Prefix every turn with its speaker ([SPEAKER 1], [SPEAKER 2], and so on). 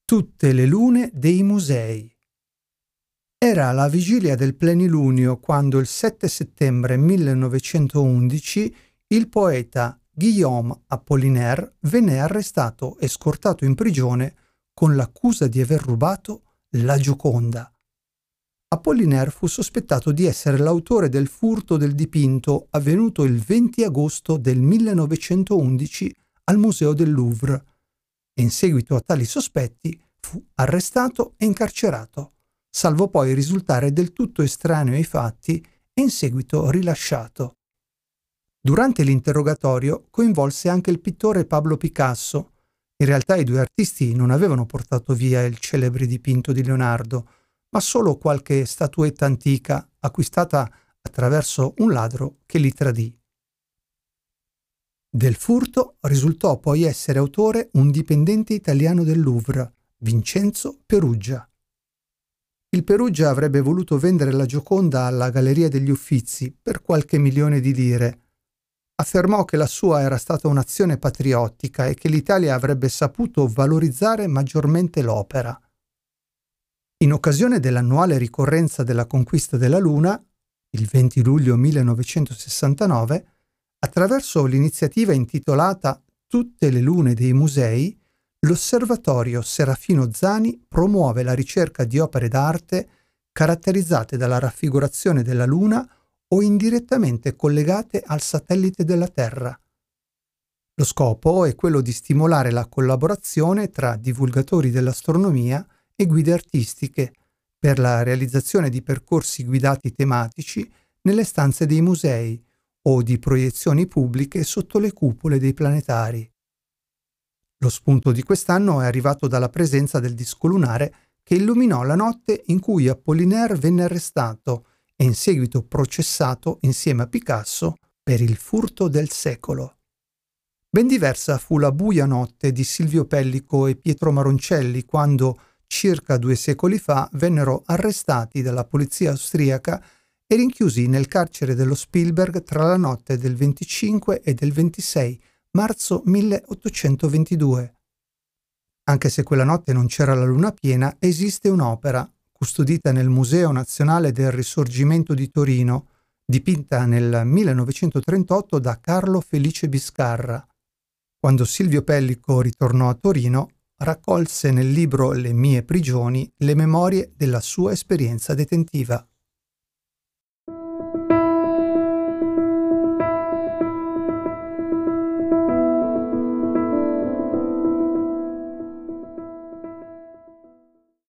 [SPEAKER 1] Tutte le lune dei musei. Era la vigilia del plenilunio quando il 7 settembre 1911 il poeta Guillaume Apollinaire venne arrestato e scortato in prigione con l'accusa di aver rubato la Gioconda. Apollinaire fu sospettato di essere l'autore del furto del dipinto avvenuto il 20 agosto del 1911 al Museo del Louvre e in seguito a tali sospetti fu arrestato e incarcerato, salvo poi risultare del tutto estraneo ai fatti e in seguito rilasciato. Durante l'interrogatorio coinvolse anche il pittore Pablo Picasso. In realtà i due artisti non avevano portato via il celebre dipinto di Leonardo, ma solo qualche statuetta antica acquistata attraverso un ladro che li tradì. Del furto risultò poi essere autore un dipendente italiano del Louvre, Vincenzo Peruggia. Il Peruggia avrebbe voluto vendere la Gioconda alla Galleria degli Uffizi per qualche milione di lire. Affermò che la sua era stata un'azione patriottica e che l'Italia avrebbe saputo valorizzare maggiormente l'opera. In occasione dell'annuale ricorrenza della conquista della Luna, il 20 luglio 1969, attraverso l'iniziativa intitolata Tutte le lune dei musei, l'Osservatorio Serafino Zani promuove la ricerca di opere d'arte caratterizzate dalla raffigurazione della Luna o indirettamente collegate al satellite della Terra. Lo scopo è quello di stimolare la collaborazione tra divulgatori dell'astronomia e guide artistiche per la realizzazione di percorsi guidati tematici nelle stanze dei musei o di proiezioni pubbliche sotto le cupole dei planetari. Lo spunto di quest'anno è arrivato dalla presenza del disco lunare che illuminò la notte in cui Apollinaire venne arrestato e in seguito processato insieme a Picasso per il furto del secolo. Ben diversa fu la buia notte di Silvio Pellico e Pietro Maroncelli quando, circa 2 secoli fa, vennero arrestati dalla polizia austriaca e rinchiusi nel carcere dello Spielberg tra la notte del 25 e del 26 marzo 1822. Anche se quella notte non c'era la luna piena, esiste un'opera, custodita nel Museo Nazionale del Risorgimento di Torino, dipinta nel 1938 da Carlo Felice Biscarra. Quando Silvio Pellico ritornò a Torino, raccolse nel libro Le mie prigioni le memorie della sua esperienza detentiva.